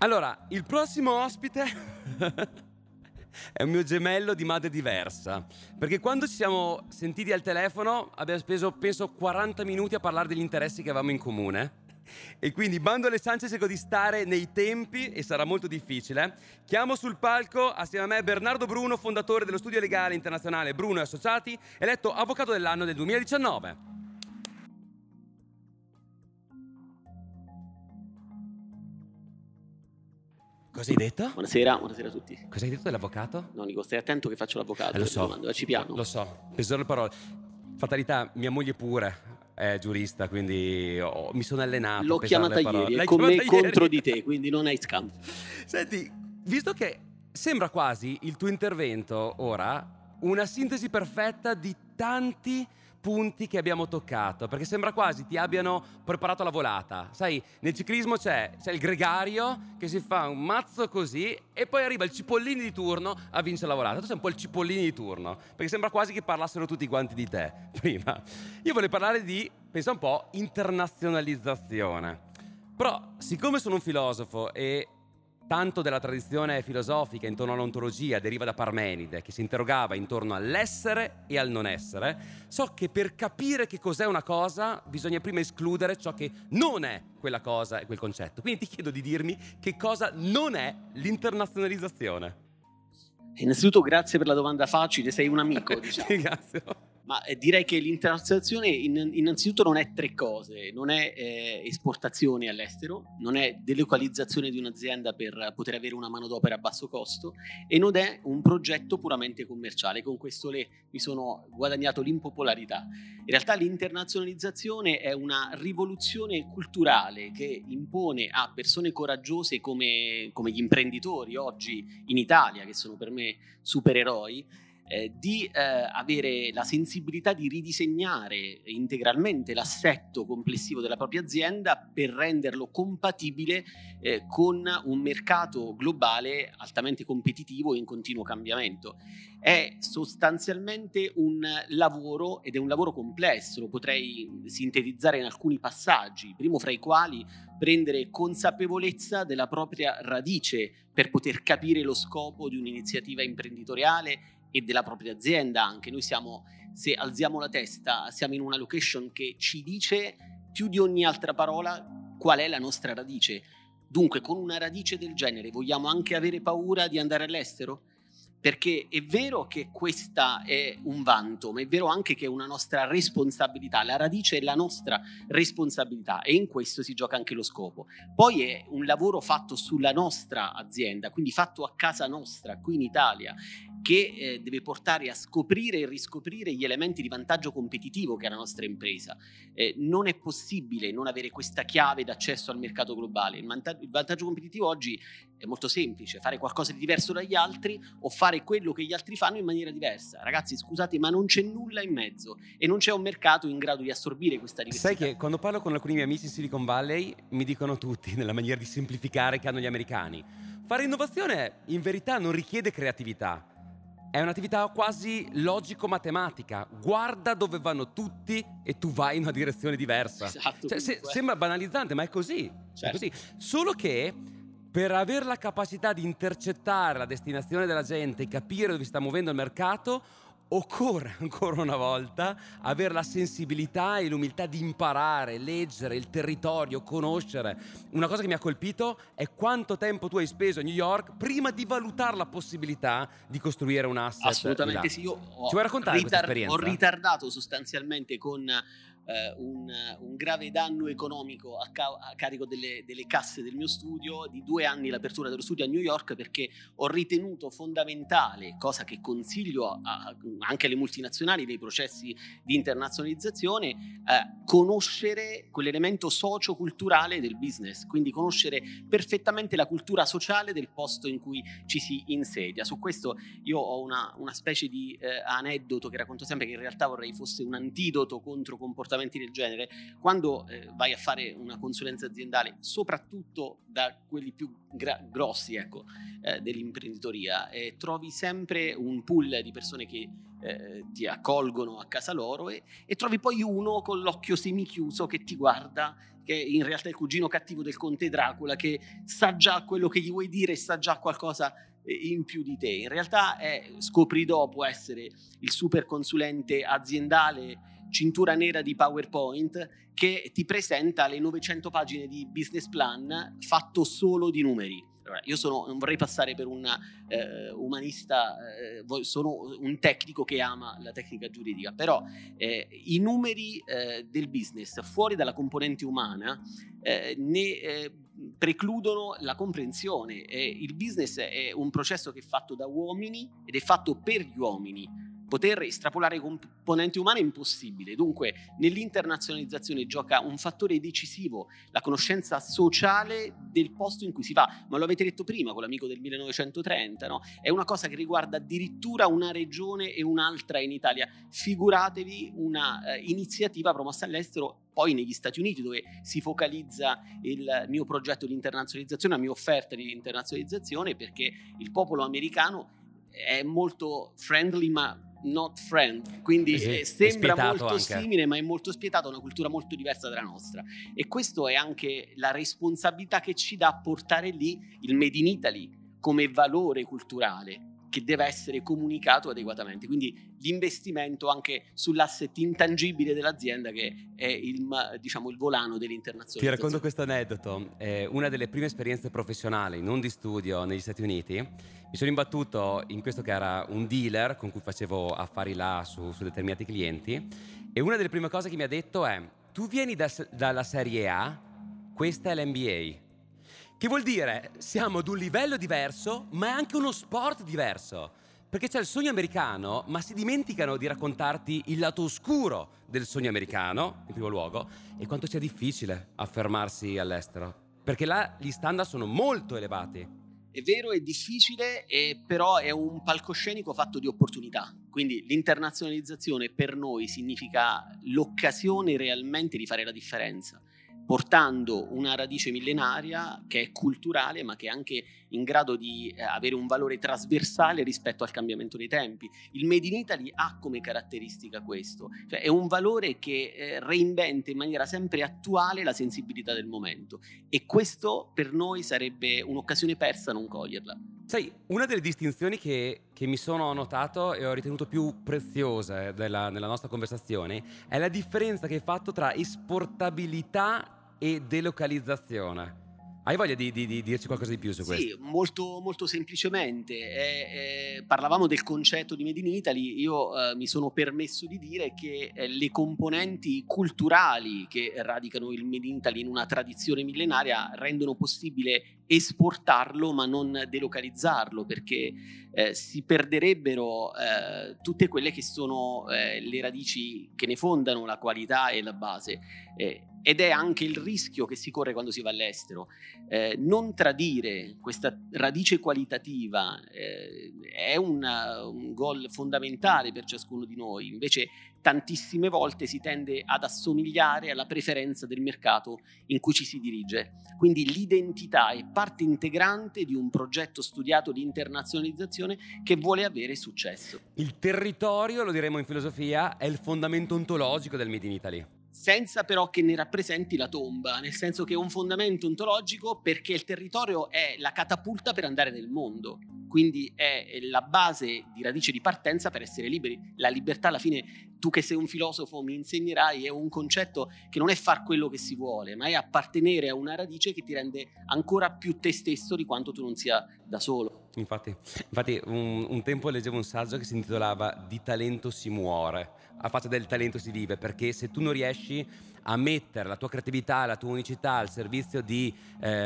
Allora, il prossimo ospite è un mio gemello di madre diversa, perché quando ci siamo sentiti al telefono abbiamo speso, penso, 40 minuti a parlare degli interessi che avevamo in comune. E quindi, bando alle ciance, cerco di stare nei tempi e sarà molto difficile. Chiamo sul palco assieme a me Bernardo Bruno, fondatore dello studio legale internazionale Bruno e Associati, eletto avvocato dell'anno del 2019. Cosa hai detto? Buonasera a tutti. Cosa hai detto dell'avvocato? No, Nico, stai attento che faccio l'avvocato. Lo so. Vacci piano. Lo so, peso le parole. Fatalità, mia moglie pure è giurista, quindi mi sono allenato. L'ho a pesare chiamata le parole. ieri, è L'hai con me chiamata ieri? contro di te, quindi non hai scampo. Senti, visto che sembra quasi il tuo intervento ora una sintesi perfetta di tanti punti che abbiamo toccato, perché sembra quasi ti abbiano preparato la volata. Sai, nel ciclismo c'è il gregario che si fa un mazzo così e poi arriva il Cipollini di turno a vincere la volata. Tu sei un po' il Cipollini di turno, perché sembra quasi che parlassero tutti quanti di te prima. Io volevo parlare di, pensa un po', internazionalizzazione. Però, siccome sono un filosofo e tanto della tradizione filosofica intorno all'ontologia deriva da Parmenide, che si interrogava intorno all'essere e al non essere, so che per capire che cos'è una cosa bisogna prima escludere ciò che non è quella cosa e quel concetto. Quindi ti chiedo di dirmi che cosa non è l'internazionalizzazione. Innanzitutto grazie per la domanda facile, sei un amico, diciamo. Ti ringrazio. Ma direi che l'internazionalizzazione innanzitutto non è tre cose, non è esportazione all'estero, non è delocalizzazione di un'azienda per poter avere una manodopera a basso costo e non è un progetto puramente commerciale. Con questo mi sono guadagnato l'impopolarità. In realtà l'internazionalizzazione è una rivoluzione culturale che impone a persone coraggiose come gli imprenditori oggi in Italia, che sono per me supereroi, di avere la sensibilità di ridisegnare integralmente l'assetto complessivo della propria azienda per renderlo compatibile con un mercato globale altamente competitivo e in continuo cambiamento. È sostanzialmente un lavoro, ed è un lavoro complesso, lo potrei sintetizzare in alcuni passaggi, primo fra i quali prendere consapevolezza della propria radice per poter capire lo scopo di un'iniziativa imprenditoriale e della propria azienda anche. Noi se alziamo la testa, siamo in una location che ci dice più di ogni altra parola qual è la nostra radice. Dunque, con una radice del genere vogliamo anche avere paura di andare all'estero? Perché è vero che questa è un vanto, ma è vero anche che è una nostra responsabilità. La radice è la nostra responsabilità e in questo si gioca anche lo scopo. Poi è un lavoro fatto sulla nostra azienda, quindi fatto a casa nostra, qui in Italia, che deve portare a scoprire e riscoprire gli elementi di vantaggio competitivo che ha la nostra impresa. Non è possibile non avere questa chiave d'accesso al mercato globale. Il vantaggio competitivo oggi è molto semplice: fare qualcosa di diverso dagli altri o fare quello che gli altri fanno in maniera diversa. Ragazzi, scusate, ma non c'è nulla in mezzo e non c'è un mercato in grado di assorbire questa diversità. Sai che quando parlo con alcuni miei amici in Silicon Valley mi dicono tutti, nella maniera di semplificare che hanno gli americani, fare innovazione in verità non richiede creatività. È un'attività quasi logico-matematica. Guarda dove vanno tutti e tu vai in una direzione diversa. Esatto. Sembra banalizzante, ma è così. Certo. È così. Solo che per avere la capacità di intercettare la destinazione della gente e capire dove si sta muovendo il mercato, occorre ancora una volta avere la sensibilità e l'umiltà di imparare, leggere il territorio, conoscere. Una cosa che mi ha colpito è quanto tempo tu hai speso a New York prima di valutare la possibilità di costruire un asset. Assolutamente sì, io Ci vuoi raccontare questa esperienza? Ho ritardato sostanzialmente con un grave danno economico a carico delle casse del mio studio di 2 anni l'apertura dello studio a New York, perché ho ritenuto fondamentale, cosa che consiglio anche alle multinazionali dei processi di internazionalizzazione, conoscere quell'elemento socio-culturale del business, quindi conoscere perfettamente la cultura sociale del posto in cui ci si insedia. Su questo io ho una specie di aneddoto che racconto sempre, che in realtà vorrei fosse un antidoto contro comportamenti comportamenti del genere, quando vai a fare una consulenza aziendale, soprattutto da quelli più grossi, ecco, dell'imprenditoria, trovi sempre un pool di persone che ti accolgono a casa loro e trovi poi uno con l'occhio semichiuso che ti guarda, che in realtà è il cugino cattivo del conte Dracula, che sa già quello che gli vuoi dire e sa già qualcosa in più di te. In realtà scopri dopo essere il super consulente aziendale cintura nera di PowerPoint che ti presenta le 900 pagine di business plan fatto solo di numeri. Allora, io non vorrei passare per un umanista, sono un tecnico che ama la tecnica giuridica, però i numeri del business fuori dalla componente umana ne precludono la comprensione. Il business è un processo che è fatto da uomini ed è fatto per gli uomini. Poter estrapolare componenti umane è impossibile. Dunque, nell'internazionalizzazione gioca un fattore decisivo, la conoscenza sociale del posto in cui si va. Ma lo avete detto prima con l'amico del 1930, no? È una cosa che riguarda addirittura una regione e un'altra in Italia. Figuratevi una iniziativa promossa all'estero, poi negli Stati Uniti, dove si focalizza il mio progetto di internazionalizzazione, la mia offerta di internazionalizzazione, perché il popolo americano è molto friendly, ma not friend, quindi sembra molto anche simile, ma è molto spietato, una cultura molto diversa dalla nostra. E questo è anche la responsabilità che ci dà a portare lì il Made in Italy come valore culturale che deve essere comunicato adeguatamente. Quindi l'investimento anche sull'asset intangibile dell'azienda, che è il volano dell'internazionalizzazione. Ti racconto questo aneddoto. Una delle prime esperienze professionali, non di studio, negli Stati Uniti, mi sono imbattuto in questo che era un dealer con cui facevo affari là su determinati clienti, e una delle prime cose che mi ha detto è: tu vieni dalla Serie A, questa è l'NBA. Che vuol dire siamo ad un livello diverso, ma è anche uno sport diverso. Perché c'è il sogno americano, ma si dimenticano di raccontarti il lato oscuro del sogno americano, in primo luogo, e quanto sia difficile affermarsi all'estero. Perché là gli standard sono molto elevati. È vero, è difficile, però è un palcoscenico fatto di opportunità. Quindi l'internazionalizzazione per noi significa l'occasione realmente di fare la differenza, portando una radice millenaria che è culturale, ma che è anche in grado di avere un valore trasversale rispetto al cambiamento dei tempi. Il Made in Italy ha come caratteristica questo, cioè è un valore che reinventa in maniera sempre attuale la sensibilità del momento, e questo per noi sarebbe un'occasione persa non coglierla. Sai, una delle distinzioni che mi sono notato e ho ritenuto più preziose nella nostra conversazione è la differenza che hai fatto tra esportabilità e delocalizzazione. Hai voglia di dirci qualcosa di più su questo? Sì, molto, molto semplicemente. Parlavamo del concetto di Made in Italy. Io mi sono permesso di dire che le componenti culturali che radicano il Made in Italy in una tradizione millenaria rendono possibile esportarlo ma non delocalizzarlo, perché si perderebbero tutte quelle che sono le radici che ne fondano la qualità e la base, ed è anche il rischio che si corre quando si va all'estero. Non tradire questa radice qualitativa è un goal fondamentale per ciascuno di noi. Invece tantissime volte si tende ad assomigliare alla preferenza del mercato in cui ci si dirige. Quindi l'identità è parte integrante di un progetto studiato di internazionalizzazione che vuole avere successo. Il territorio, lo diremo in filosofia, è il fondamento ontologico del Made in Italy. Senza però che ne rappresenti la tomba, nel senso che è un fondamento ontologico perché il territorio è la catapulta per andare nel mondo, quindi è la base di radice di partenza per essere liberi. La libertà, alla fine, tu che sei un filosofo mi insegnerai, è un concetto che non è far quello che si vuole, ma è appartenere a una radice che ti rende ancora più te stesso di quanto tu non sia da solo. Infatti un tempo leggevo un saggio che si intitolava "Di talento si muore, a faccia del talento si vive", perché se tu non riesci a mettere la tua creatività, la tua unicità al servizio di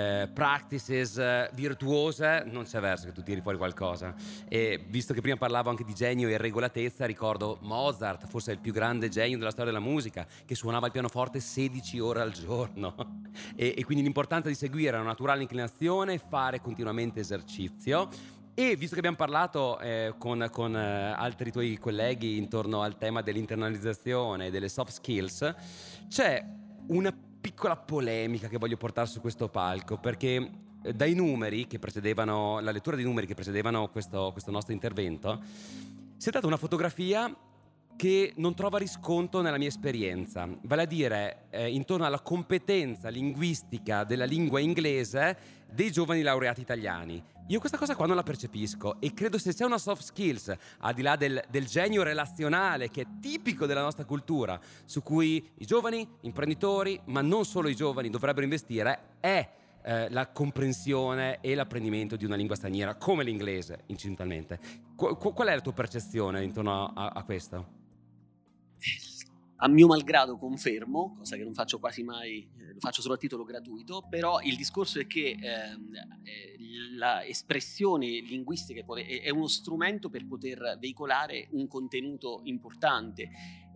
practices virtuose, non c'è verso che tu tiri fuori qualcosa. E visto che prima parlavo anche di genio e irregolatezza, ricordo Mozart, forse il più grande genio della storia della musica, che suonava il pianoforte 16 ore al giorno. E quindi l'importanza di seguire una naturale inclinazione, fare continuamente esercizio E visto che abbiamo parlato con altri tuoi colleghi intorno al tema dell'internalizzazione, delle soft skills, c'è una piccola polemica che voglio portare su questo palco, perché dai numeri che precedevano, la lettura dei numeri che precedevano questo nostro intervento, si è data una fotografia che non trova riscontro nella mia esperienza, vale a dire intorno alla competenza linguistica della lingua inglese dei giovani laureati italiani. Io questa cosa qua non la percepisco, e credo, se c'è una soft skills, al di là del genio relazionale che è tipico della nostra cultura, su cui i giovani imprenditori, ma non solo i giovani, dovrebbero investire, è la comprensione e l'apprendimento di una lingua straniera come l'inglese, incidentalmente. Qual è la tua percezione intorno a questo? A mio malgrado confermo, cosa che non faccio quasi mai, lo faccio solo a titolo gratuito, però il discorso è che la espressione linguistica è uno strumento per poter veicolare un contenuto importante.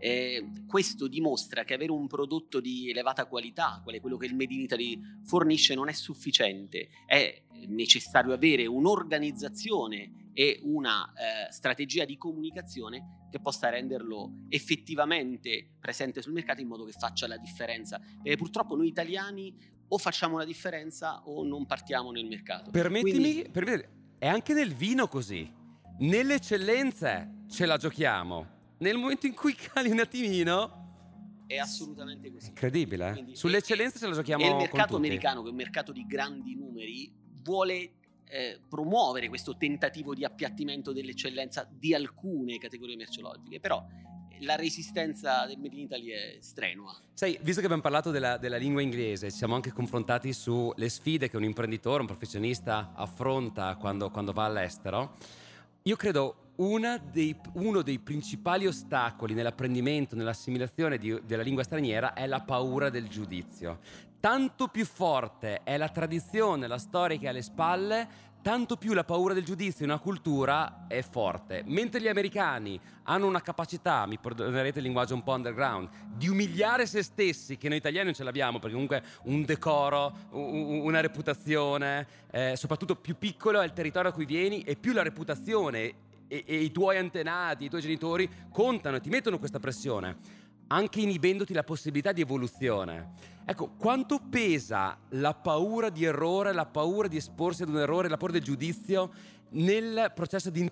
Questo dimostra che avere un prodotto di elevata qualità, quale quello che il Made in Italy fornisce, non è sufficiente. È necessario avere un'organizzazione e una strategia di comunicazione che possa renderlo effettivamente presente sul mercato in modo che faccia la differenza. Purtroppo noi italiani o facciamo la differenza o non partiamo nel mercato. Permettimi, è anche nel vino così. Nelle eccellenze ce la giochiamo. Nel momento in cui cali un attimino, è assolutamente così. Incredibile. Quindi, sulle eccellenze ce la giochiamo. E il mercato americano, che è un mercato di grandi numeri, vuole promuovere questo tentativo di appiattimento dell'eccellenza di alcune categorie merceologiche, però la resistenza del Made in Italy è strenua. Sai, visto che abbiamo parlato della lingua inglese, ci siamo anche confrontati sulle sfide che un imprenditore, un professionista affronta quando va all'estero. Io credo uno dei principali ostacoli nell'apprendimento, nell'assimilazione della lingua straniera è la paura del giudizio. Tanto più forte è la tradizione, la storia che ha alle spalle, tanto più la paura del giudizio in una cultura è forte. Mentre gli americani hanno una capacità, mi perdonerete il linguaggio un po' underground, di umiliare se stessi, che noi italiani non ce l'abbiamo, perché comunque un decoro, una reputazione, soprattutto più piccolo è il territorio a cui vieni e più la reputazione e i tuoi antenati, i tuoi genitori contano e ti mettono questa pressione, anche inibendoti la possibilità di evoluzione. Ecco, quanto pesa la paura di errore, la paura di esporsi ad un errore, la paura del giudizio nel processo di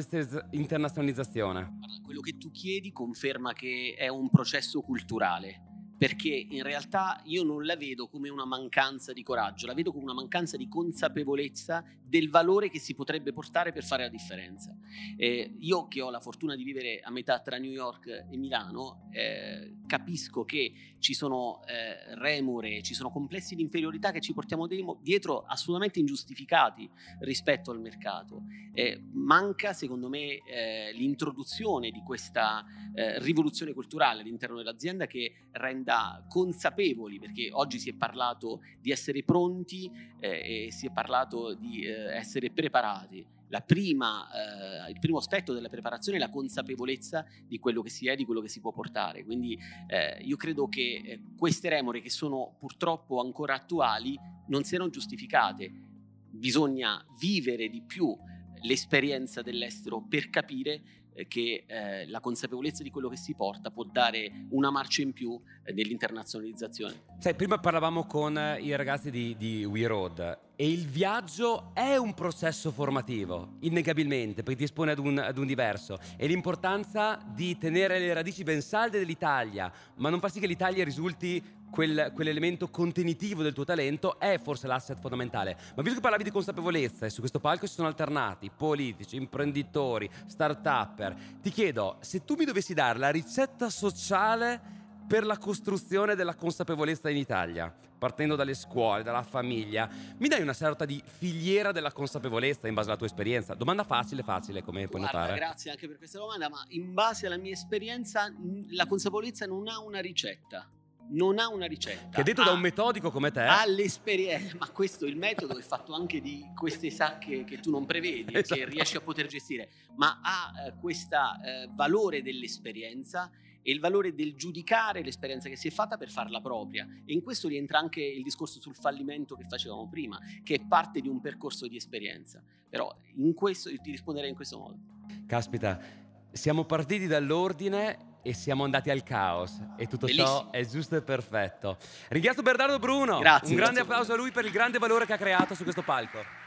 internazionalizzazione? Quello che tu chiedi conferma che è un processo culturale, perché in realtà io non la vedo come una mancanza di coraggio, la vedo come una mancanza di consapevolezza del valore che si potrebbe portare per fare la differenza. Io, che ho la fortuna di vivere a metà tra New York e Milano, capisco che ci sono remore, ci sono complessi di inferiorità che ci portiamo dietro assolutamente ingiustificati rispetto al mercato. Manca, secondo me, l'introduzione di questa rivoluzione culturale all'interno dell'azienda che renda consapevoli, perché oggi si è parlato di essere pronti e si è parlato di essere preparati. Il primo aspetto della preparazione è la consapevolezza di quello che si è, di quello che si può portare. Quindi io credo che queste remore, che sono purtroppo ancora attuali, non siano giustificate. Bisogna vivere di più l'esperienza dell'estero per capire che la consapevolezza di quello che si porta può dare una marcia in più nell'internazionalizzazione. Sai, prima parlavamo con i ragazzi di We Road, e il viaggio è un processo formativo, innegabilmente, perché ti espone ad un diverso, e l'importanza di tenere le radici ben salde dell'Italia, ma non far sì che l'Italia risulti quell'elemento contenitivo del tuo talento, è forse l'asset fondamentale. Ma visto che parlavi di consapevolezza, e su questo palco si sono alternati politici, imprenditori, start-upper, ti chiedo, se tu mi dovessi dare la ricetta sociale per la costruzione della consapevolezza in Italia, partendo dalle scuole, dalla famiglia, mi dai una sorta di filiera della consapevolezza in base alla tua esperienza? Domanda facile, come puoi notare. Grazie anche per questa domanda, ma in base alla mia esperienza la consapevolezza non ha una ricetta. Non ha una ricetta. Che è detto da un metodico come te. All'esperienza, ma questo, il metodo è fatto anche di queste sacche che tu non prevedi, esatto, che riesci a poter gestire, ma ha questo valore dell'esperienza e il valore del giudicare l'esperienza che si è fatta per farla propria. E in questo rientra anche il discorso sul fallimento che facevamo prima, che è parte di un percorso di esperienza. Però in questo io ti risponderei in questo modo. Caspita, siamo partiti dall'ordine e siamo andati al caos, e tutto Bellissimo. ciò è giusto e perfetto. Ringrazio Bernardo Bruno. Grazie, Un grande grazie a voi. applauso a lui per il grande valore che ha creato su questo palco.